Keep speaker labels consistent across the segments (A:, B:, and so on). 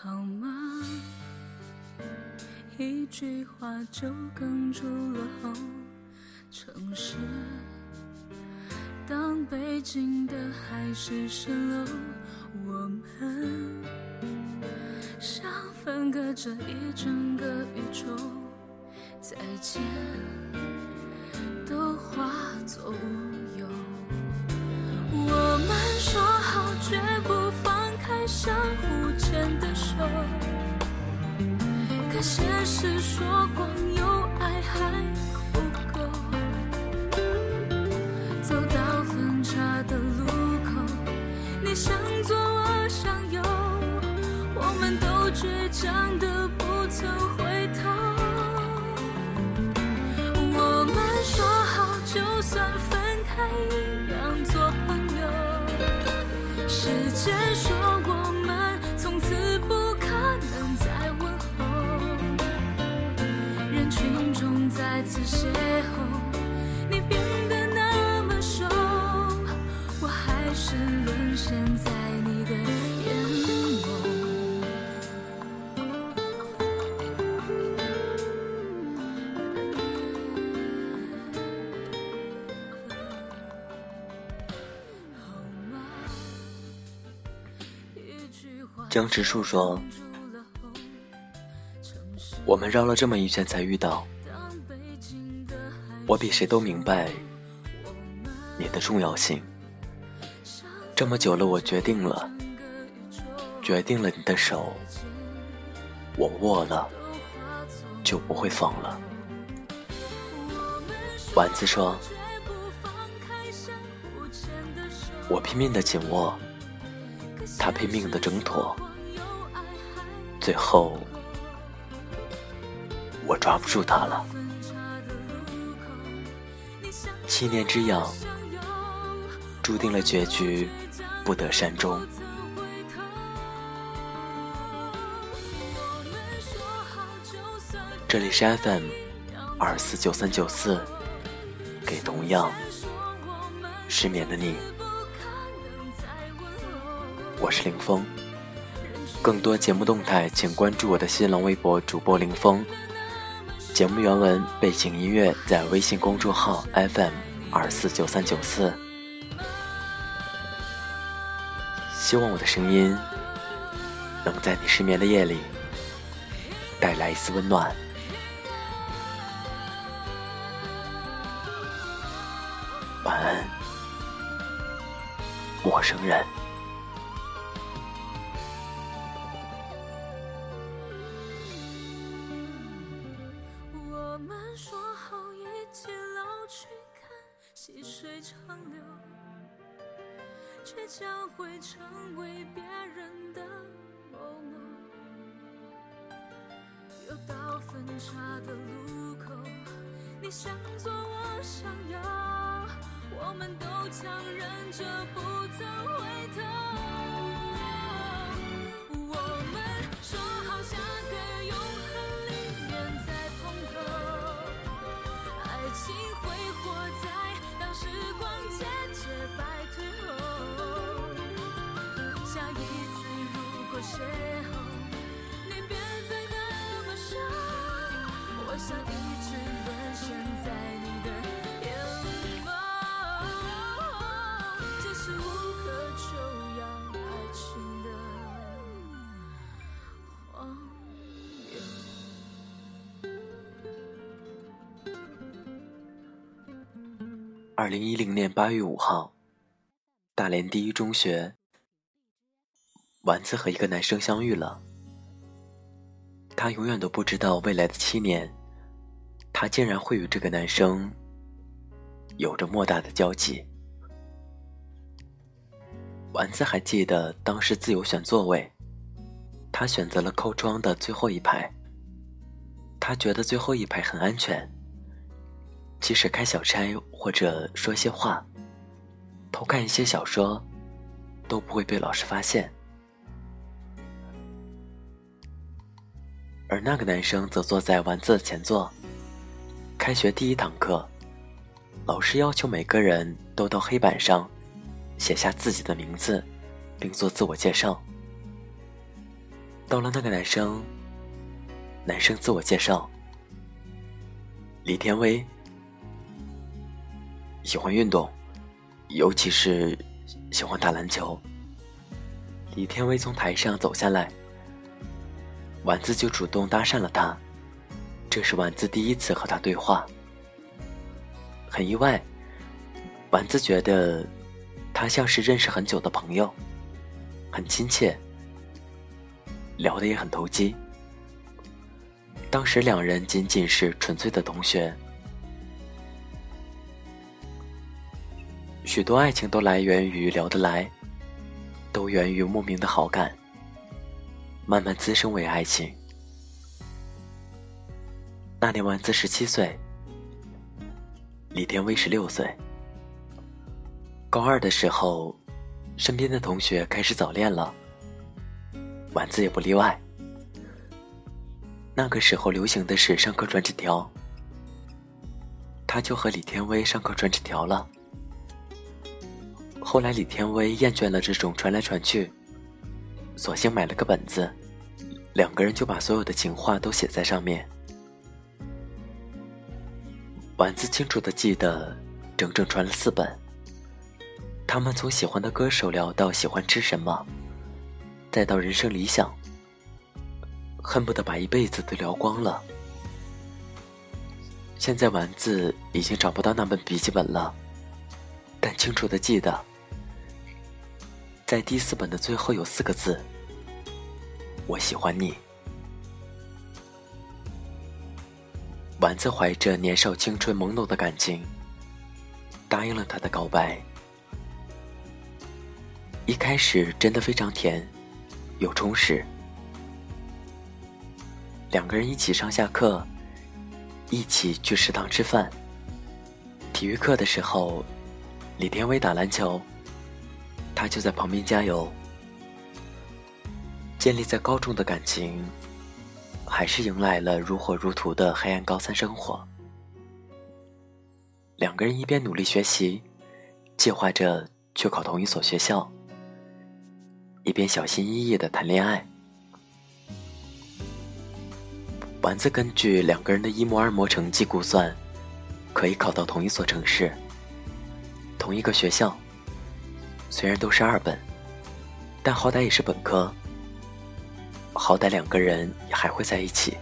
A: 好吗？一句话就哽住了喉。城市当北京的海市蜃楼，我们像分隔着一整个宇宙，再见都化作无忧。我们说好绝不放开相互牵的手，可现实说光有爱还不够。走到分岔的路口，你向左我向右，我们都倔强的不曾回头。我们说好就算分开一样做朋友，时间说我们从此不可能再问候。人群中再次邂逅，你变得那么瘦，我还是沦陷在你的眼眸。
B: 江直树说，我们绕了这么一圈才遇到，我比谁都明白你的重要性。这么久了，我决定了你的手，我握了就不会放了。丸子说，我拼命的紧握，他拼命的挣脱，最后我抓不住他了。7年之痒，注定了结局不得善终。这里是 FM249394，给同样失眠的你，我是林峰。更多节目动态请关注我的新浪微博主播林峰，节目原文背景音乐在微信公众号 FM249394。希望我的声音能在你失眠的夜里带来一丝温暖。晚安，陌生人。
A: 我们说好一起老去，看细水长流，却将会成为别人的某某。又到分岔的路口，你向左我向右，我们都强忍着不曾回头。我们说好下个永恒里面再碰头，爱情会活在当时光渐渐败退后。下一次如果邂逅，你别再那么瘦，我想一直沦陷在你的眼眸。这是无可救药爱情的荒谬。
B: 2010年8月5号，大连第一中学，丸子和一个男生相遇了。他永远都不知道未来的7年，他竟然会与这个男生有着莫大的交集。丸子还记得当时自由选座位，他选择了靠窗的最后一排。他觉得最后一排很安全，即使开小差或者说些话，偷看一些小说，都不会被老师发现。而那个男生则坐在丸子的前座。开学第一堂课，老师要求每个人都到黑板上写下自己的名字，并做自我介绍。 到了那个男生自我介绍：李天威，喜欢运动，尤其是喜欢打篮球。李天威从台上走下来，丸子就主动搭讪了他，这是丸子第一次和他对话。很意外，丸子觉得他像是认识很久的朋友，很亲切，聊得也很投机。当时两人仅仅是纯粹的同学，许多爱情都来源于聊得来，都源于莫名的好感，慢慢滋生为爱情。那年丸子17岁，李天威16岁。高2的时候，身边的同学开始早恋了，丸子也不例外。那个时候流行的是上课传纸条，他就和李天威上课传纸条了。后来李天威厌倦了这种传来传去，索性买了个本子，两个人就把所有的情话都写在上面。丸子清楚地记得，整整传了4本。他们从喜欢的歌手聊到喜欢吃什么，再到人生理想，恨不得把一辈子都聊光了。现在丸子已经找不到那本笔记本了，但清楚地记得，在第4本的最后有4个字：我喜欢你。丸子怀着年少青春懵懂的感情，答应了他的告白。一开始真的非常甜，又充实。两个人一起上下课，一起去食堂吃饭。体育课的时候，李天威打篮球，他就在旁边加油。建立在高中的感情，还是迎来了如火如荼的黑暗高3生活。两个人一边努力学习，计划着去考同一所学校，一边小心翼翼地谈恋爱。丸子根据两个人的1模2模成绩估算，可以考到同一所城市，同一个学校。虽然都是2本，但好歹也是本科，好歹两个人也还会在一起。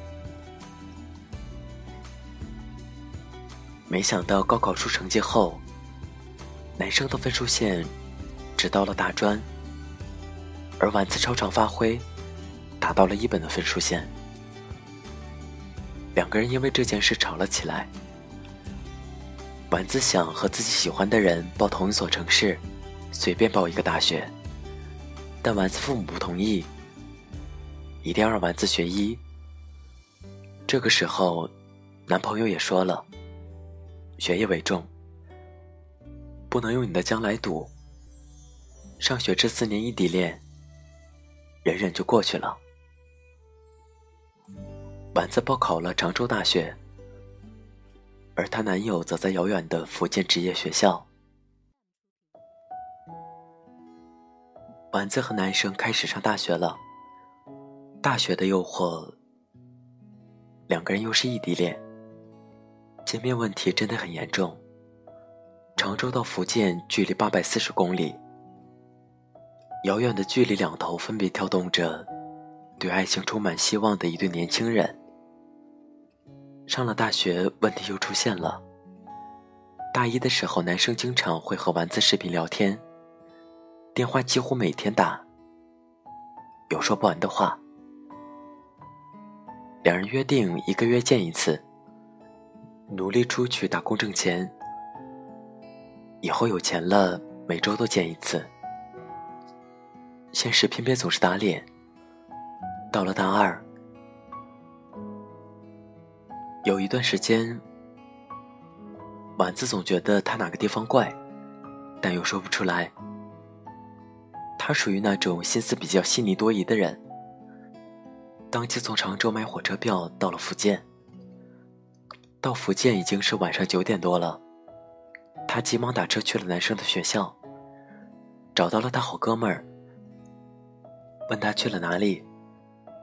B: 没想到高考出成绩后，男生的分数线只到了大专，而丸子超常发挥，达到了1本的分数线。两个人因为这件事吵了起来。丸子想和自己喜欢的人报同一所城市，随便报一个大学，但丸子父母不同意，一定要让丸子学医。这个时候，男朋友也说了，学业为重，不能用你的将来赌。上学这4年异地恋，忍忍就过去了。丸子报考了常州大学，而她男友则在遥远的福建职业学校。丸子和男生开始上大学了，大学的诱惑，两个人又是异地恋，见面问题真的很严重。常州到福建距离840公里，遥远的距离两头分别跳动着对爱情充满希望的一对年轻人。上了大学，问题又出现了。大一的时候，男生经常会和丸子视频聊天，电话几乎每天打，有说不完的话。两人约定1个月见一次，努力出去打工挣钱，以后有钱了每周都见一次。现实偏偏总是打脸。到了大2，有一段时间，丸子总觉得他哪个地方怪，但又说不出来。他属于那种心思比较细腻多疑的人。当即从常州买火车票到了福建，到福建已经是晚上9点多了。他急忙打车去了男生的学校，找到了他好哥们儿，问他去了哪里。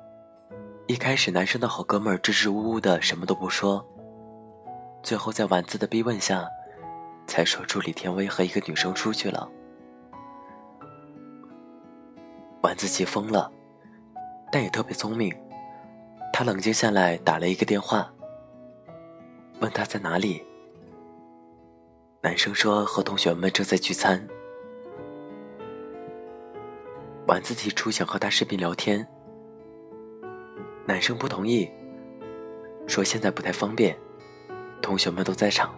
B: 一开始男生的好哥们儿支支吾吾的什么都不说，最后在丸子的逼问下才说出李天威和一个女生出去了。丸子急疯了，但也特别聪明，他冷静下来打了一个电话，问他在哪里。男生说和同学们正在聚餐。丸子提出想和他视频聊天，男生不同意，说现在不太方便，同学们都在场。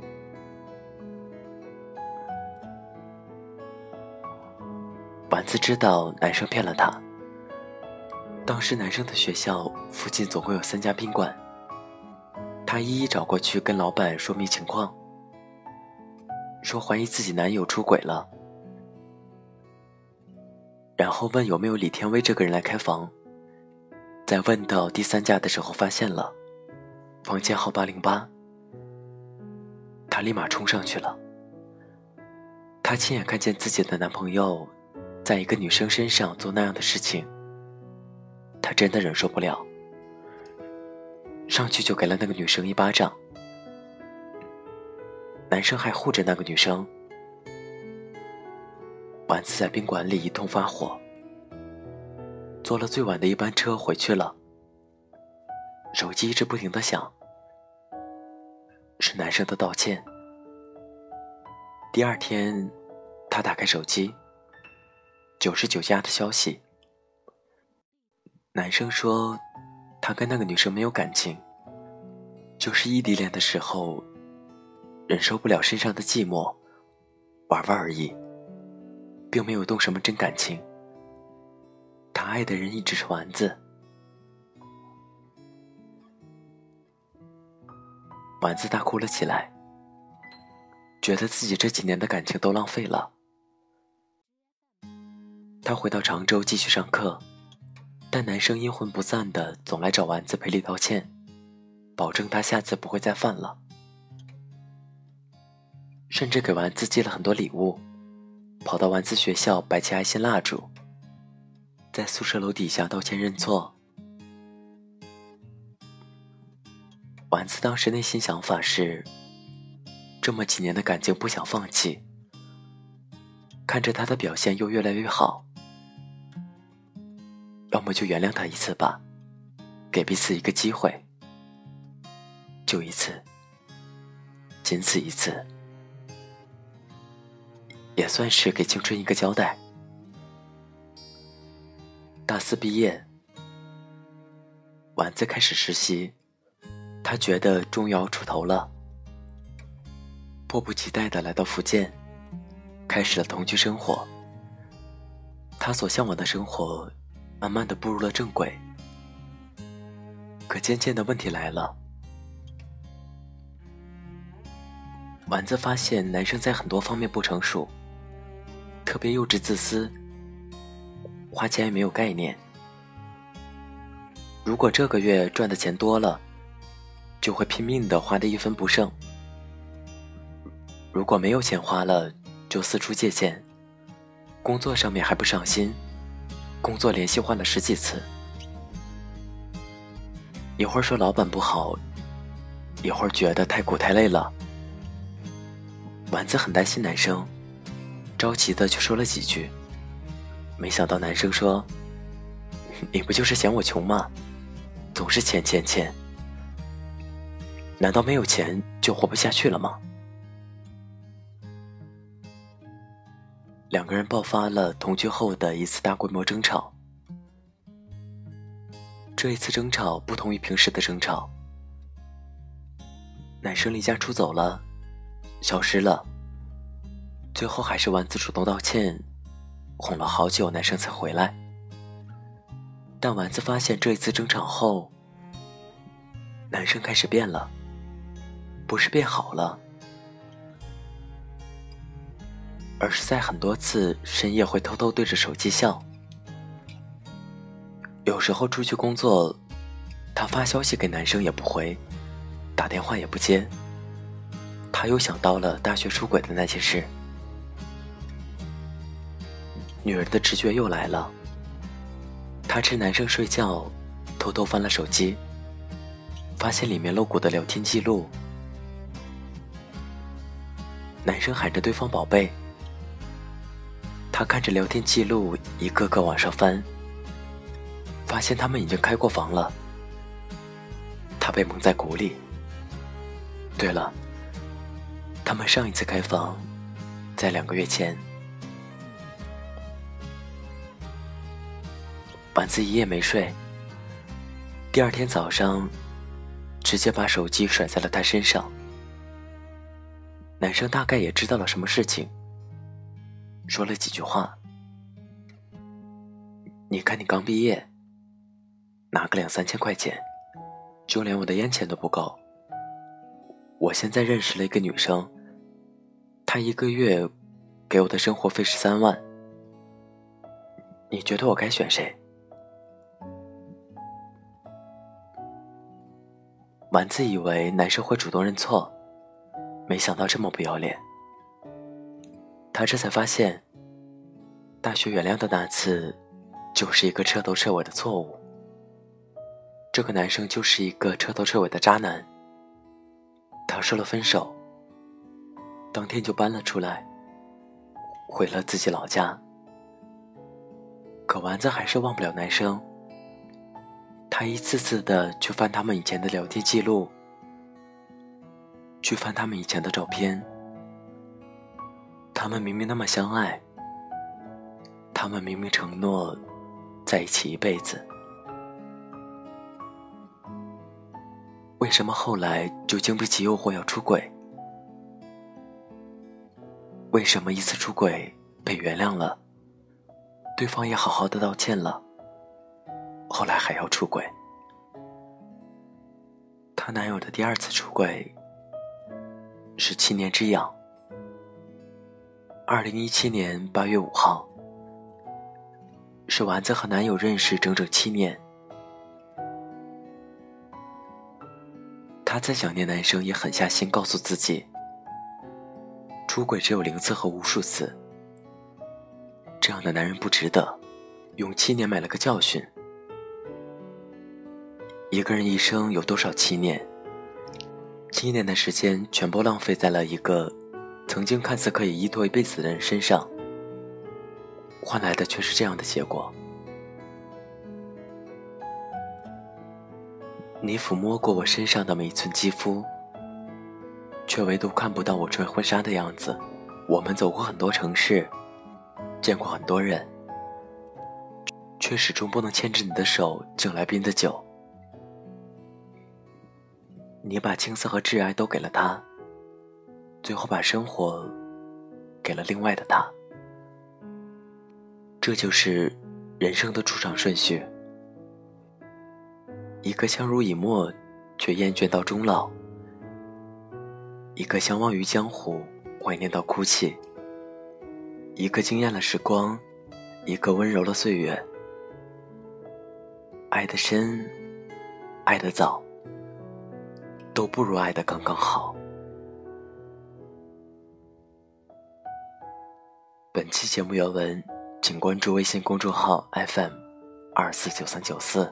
B: 丸子知道男生骗了他。当时男生的学校附近总共有3家宾馆，他一一找过去跟老板说明情况，说怀疑自己男友出轨了，然后问有没有李天威这个人来开房。在问到第3家的时候发现了房间号808，他立马冲上去了。他亲眼看见自己的男朋友在一个女生身上做那样的事情，他真的忍受不了，上去就给了那个女生1巴掌。男生还护着那个女生。丸子在宾馆里一通发火，坐了最晚的一班车回去了，手机一直不停地响，是男生的道歉。第2天他打开手机，99加的消息，男生说他跟那个女生没有感情，就是异地恋的时候忍受不了身上的寂寞，玩玩而已，并没有动什么真感情。他爱的人一直是丸子。丸子大哭了起来，觉得自己这几年的感情都浪费了。他回到常州继续上课，但男生阴魂不散的总来找丸子赔礼道歉，保证他下次不会再犯了，甚至给丸子寄了很多礼物，跑到丸子学校摆起爱心蜡烛，在宿舍楼底下道歉认错。丸子当时内心想法是，这么几年的感情不想放弃，看着他的表现又越来越好，要么就原谅他一次吧，给彼此一个机会，就一次，仅此一次，也算是给青春一个交代。大4毕业，丸子开始实习，他觉得终于熬出头了，迫不及待地来到福建，开始了同居生活。他所向往的生活慢慢地步入了正轨。可渐渐的问题来了，丸子发现男生在很多方面不成熟，特别幼稚自私，花钱也没有概念。如果这个月赚的钱多了，就会拼命的花得一分不剩，如果没有钱花了，就四处借钱，工作上面还不上心，工作连续换了10几次，一会儿说老板不好，一会儿觉得太苦太累了。丸子很担心男生，着急的就说了几句，没想到男生说，你不就是嫌我穷吗？总是钱钱钱，难道没有钱就活不下去了吗？2个人爆发了同居后的一次大规模争吵。这一次争吵不同于平时的争吵，男生离家出走了，消失了，最后还是丸子主动道歉，哄了好久男生才回来。但丸子发现这一次争吵后，男生开始变了，不是变好了，而是在很多次深夜会偷偷对着手机笑。有时候出去工作，他发消息给男生也不回，打电话也不接。他又想到了大学出轨的那件事，女人的直觉又来了。他趁男生睡觉， 偷偷翻了手机，发现里面露骨的聊天记录。男生喊着对方宝贝，他看着聊天记录一个个往上翻，发现他们已经开过房了。他被蒙在鼓里。对了，他们上一次开房在2个月前。丸子一夜没睡，第二天早上直接把手机甩在了他身上。男生大概也知道了什么事情，说了几句话。你看你刚毕业，拿个2-3千块钱，就连我的烟钱都不够。我现在认识了一个女生，她1个月给我的生活费是3万，你觉得我该选谁？丸子以为男生会主动认错，没想到这么不要脸。他这才发现，大学原谅的那次就是一个彻头彻尾的错误。这个男生就是一个彻头彻尾的渣男。他说了分手，当天就搬了出来，回了自己老家。可丸子还是忘不了男生，他一次次的去翻他们以前的聊天记录，去翻他们以前的照片。他们明明那么相爱，他们明明承诺在一起一辈子，为什么后来就经不起诱惑要出轨？为什么一次出轨被原谅了，对方也好好的道歉了，后来还要出轨？她男友的第2次出轨是7年之痒。2017年8月5号，是丸子和男友认识整整7年。她再想念男生也狠下心告诉自己，出轨只有0次和无数次，这样的男人不值得，用7年买了个教训。一个人一生有多少7年？7年的时间全部浪费在了一个曾经看似可以依托一辈子的人身上，换来的却是这样的结果。你抚摸过我身上的每一寸肌肤，却唯独看不到我穿婚纱的样子。我们走过很多城市，见过很多人，却始终不能牵着你的手敬来宾的酒。你把青涩和挚爱都给了他，最后把生活给了另外的他。这就是人生的出场顺序。一个相濡以沫却厌倦到终老，一个相忘于江湖怀念到哭泣，一个惊艳了时光，一个温柔了岁月。爱得深，爱得早，都不如爱得刚刚好。本期节目原文请关注微信公众号 FM249394。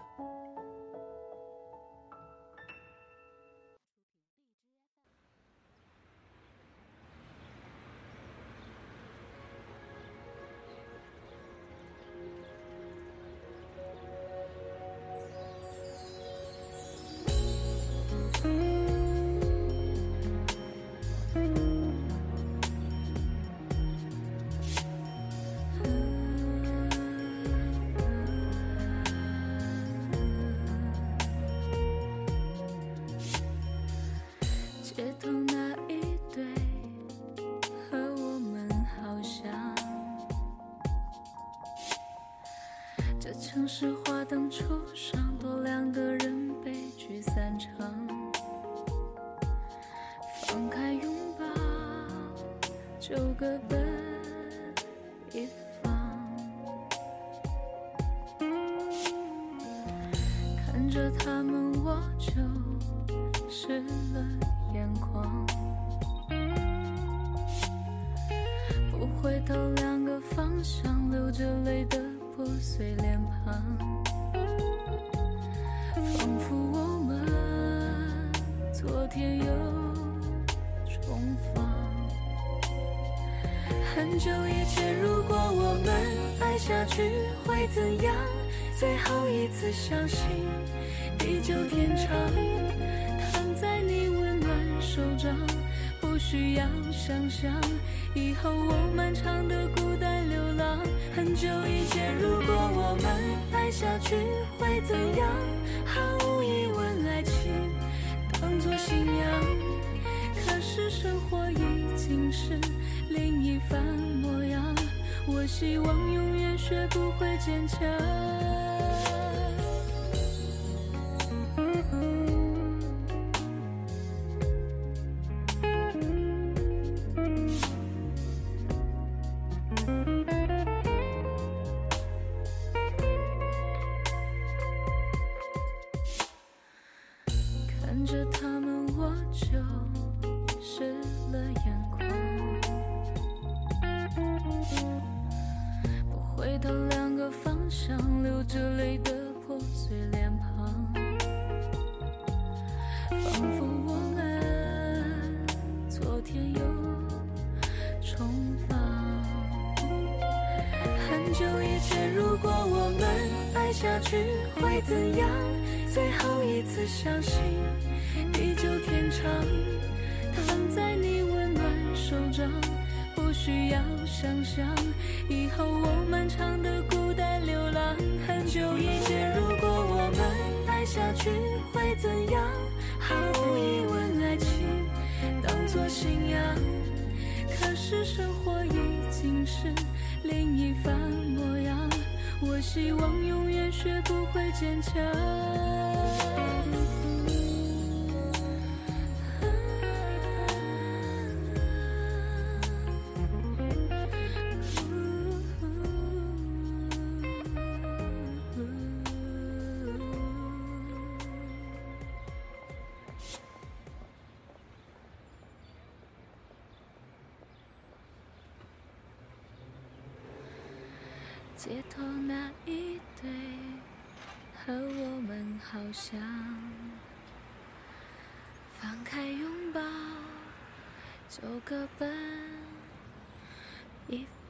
A: 街头那一对和我们好像，这城市花灯初上，多2个人悲剧散场。放开拥抱，就各奔一方。看着他们，我就湿了眼眶，不回头2个方向，流着泪的破碎脸庞。 昨天又重放。很久以前，如果我们爱下去会怎样？最后一次相信地久天长，躺在你温暖手掌，不需要想象以后我漫长的孤单流浪。很久以前，如果我们爱下去会怎样？毫无疑问，爱情当作信仰，可是生活已经是另一番模样。我希望永远学不会坚强。看着他们，我就湿了眼眶。不回头，两个方向，流着泪的破碎脸庞，仿佛我们昨天又重放。很久以前，如果我们爱下去会怎样？最后一次相信地久天长，躺在你温暖手掌，不需要想象以后我漫长的孤单流浪。很久以前，如果我们爱下去会怎样？毫无疑问，爱情当作信仰，可是生活已经是另一番模样。我希望永远学不会坚强。街头那一对和我们好像，放开拥抱就各奔一